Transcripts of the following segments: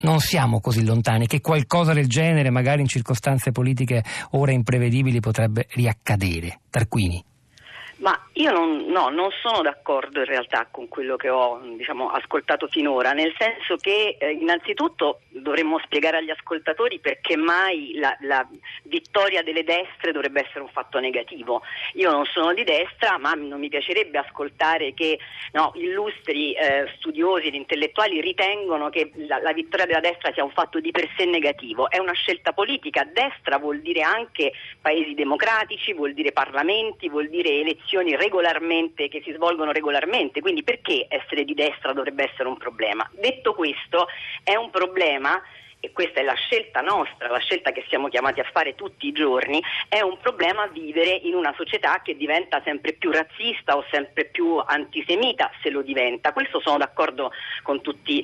non siamo così lontani, che qualcosa del genere, magari in circostanze politiche ora imprevedibili, potrebbe riaccadere. Tarquini. Ma io non sono d'accordo in realtà con quello che ho ascoltato finora, nel senso che innanzitutto dovremmo spiegare agli ascoltatori perché mai la vittoria delle destre dovrebbe essere un fatto negativo. Io non sono di destra, ma non mi piacerebbe ascoltare che illustri studiosi ed intellettuali ritengono che la vittoria della destra sia un fatto di per sé negativo. È una scelta politica. Destra vuol dire anche paesi democratici, vuol dire parlamenti, vuol dire elezioni regolarmente, che si svolgono regolarmente, quindi perché essere di destra dovrebbe essere un problema? Detto questo, è un problema, e questa è la scelta nostra, la scelta che siamo chiamati a fare tutti i giorni, è un problema vivere in una società che diventa sempre più razzista o sempre più antisemita, se lo diventa. Questo sono d'accordo con tutti,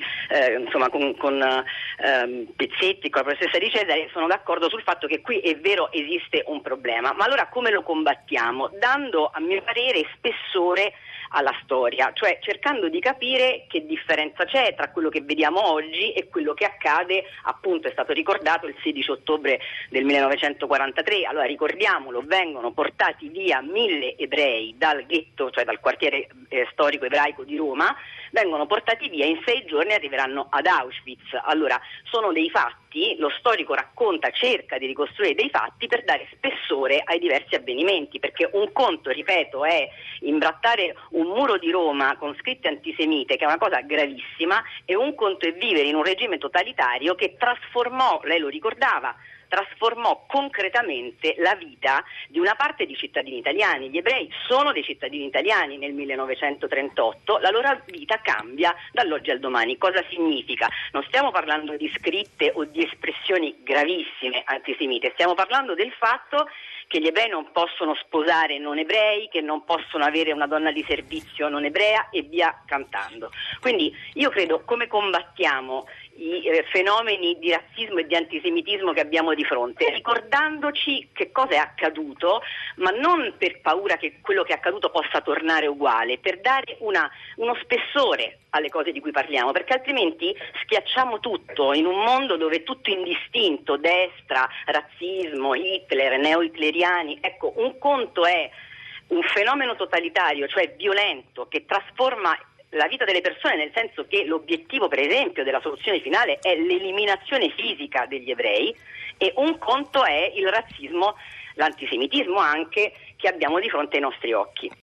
con Pezzetti, con la professoressa Di Cesare, sono d'accordo sul fatto che qui è vero esiste un problema, ma allora come lo combattiamo? Dando, a mio parere, spessore alla storia, cioè cercando di capire che differenza c'è tra quello che vediamo oggi e quello che accade, appunto è stato ricordato, il 16 ottobre del 1943. Allora ricordiamolo, vengono portati via 1000 ebrei dal ghetto, cioè dal quartiere storico ebraico di Roma, vengono portati via, in 6 giorni arriveranno ad Auschwitz. Allora sono dei fatti, lo storico racconta, cerca di ricostruire dei fatti per dare spessore ai diversi avvenimenti, perché un conto, ripeto, è imbrattare un muro di Roma con scritte antisemite, che è una cosa gravissima, e un conto è vivere in un regime totalitario che trasformò, lei lo ricordava, trasformò concretamente la vita di una parte di cittadini italiani. Gli ebrei sono dei cittadini italiani nel 1938, la loro vita cambia dall'oggi al domani. Cosa significa? Non stiamo parlando di scritte o di espressioni gravissime antisemite, stiamo parlando del fatto che gli ebrei non possono sposare non ebrei, che non possono avere una donna di servizio non ebrea e via cantando. Quindi io credo, come combattiamo i fenomeni di razzismo e di antisemitismo che abbiamo di fronte, ricordandoci che cosa è accaduto, ma non per paura che quello che è accaduto possa tornare uguale, per dare uno spessore alle cose di cui parliamo, perché altrimenti schiacciamo tutto in un mondo dove tutto indistinto, destra, razzismo, Hitler, neo-hitleriani. Ecco, un conto è un fenomeno totalitario, cioè violento, che trasforma la vita delle persone, nel senso che l'obiettivo, per esempio, della soluzione finale è l'eliminazione fisica degli ebrei, e un conto è il razzismo, l'antisemitismo anche, che abbiamo di fronte ai nostri occhi.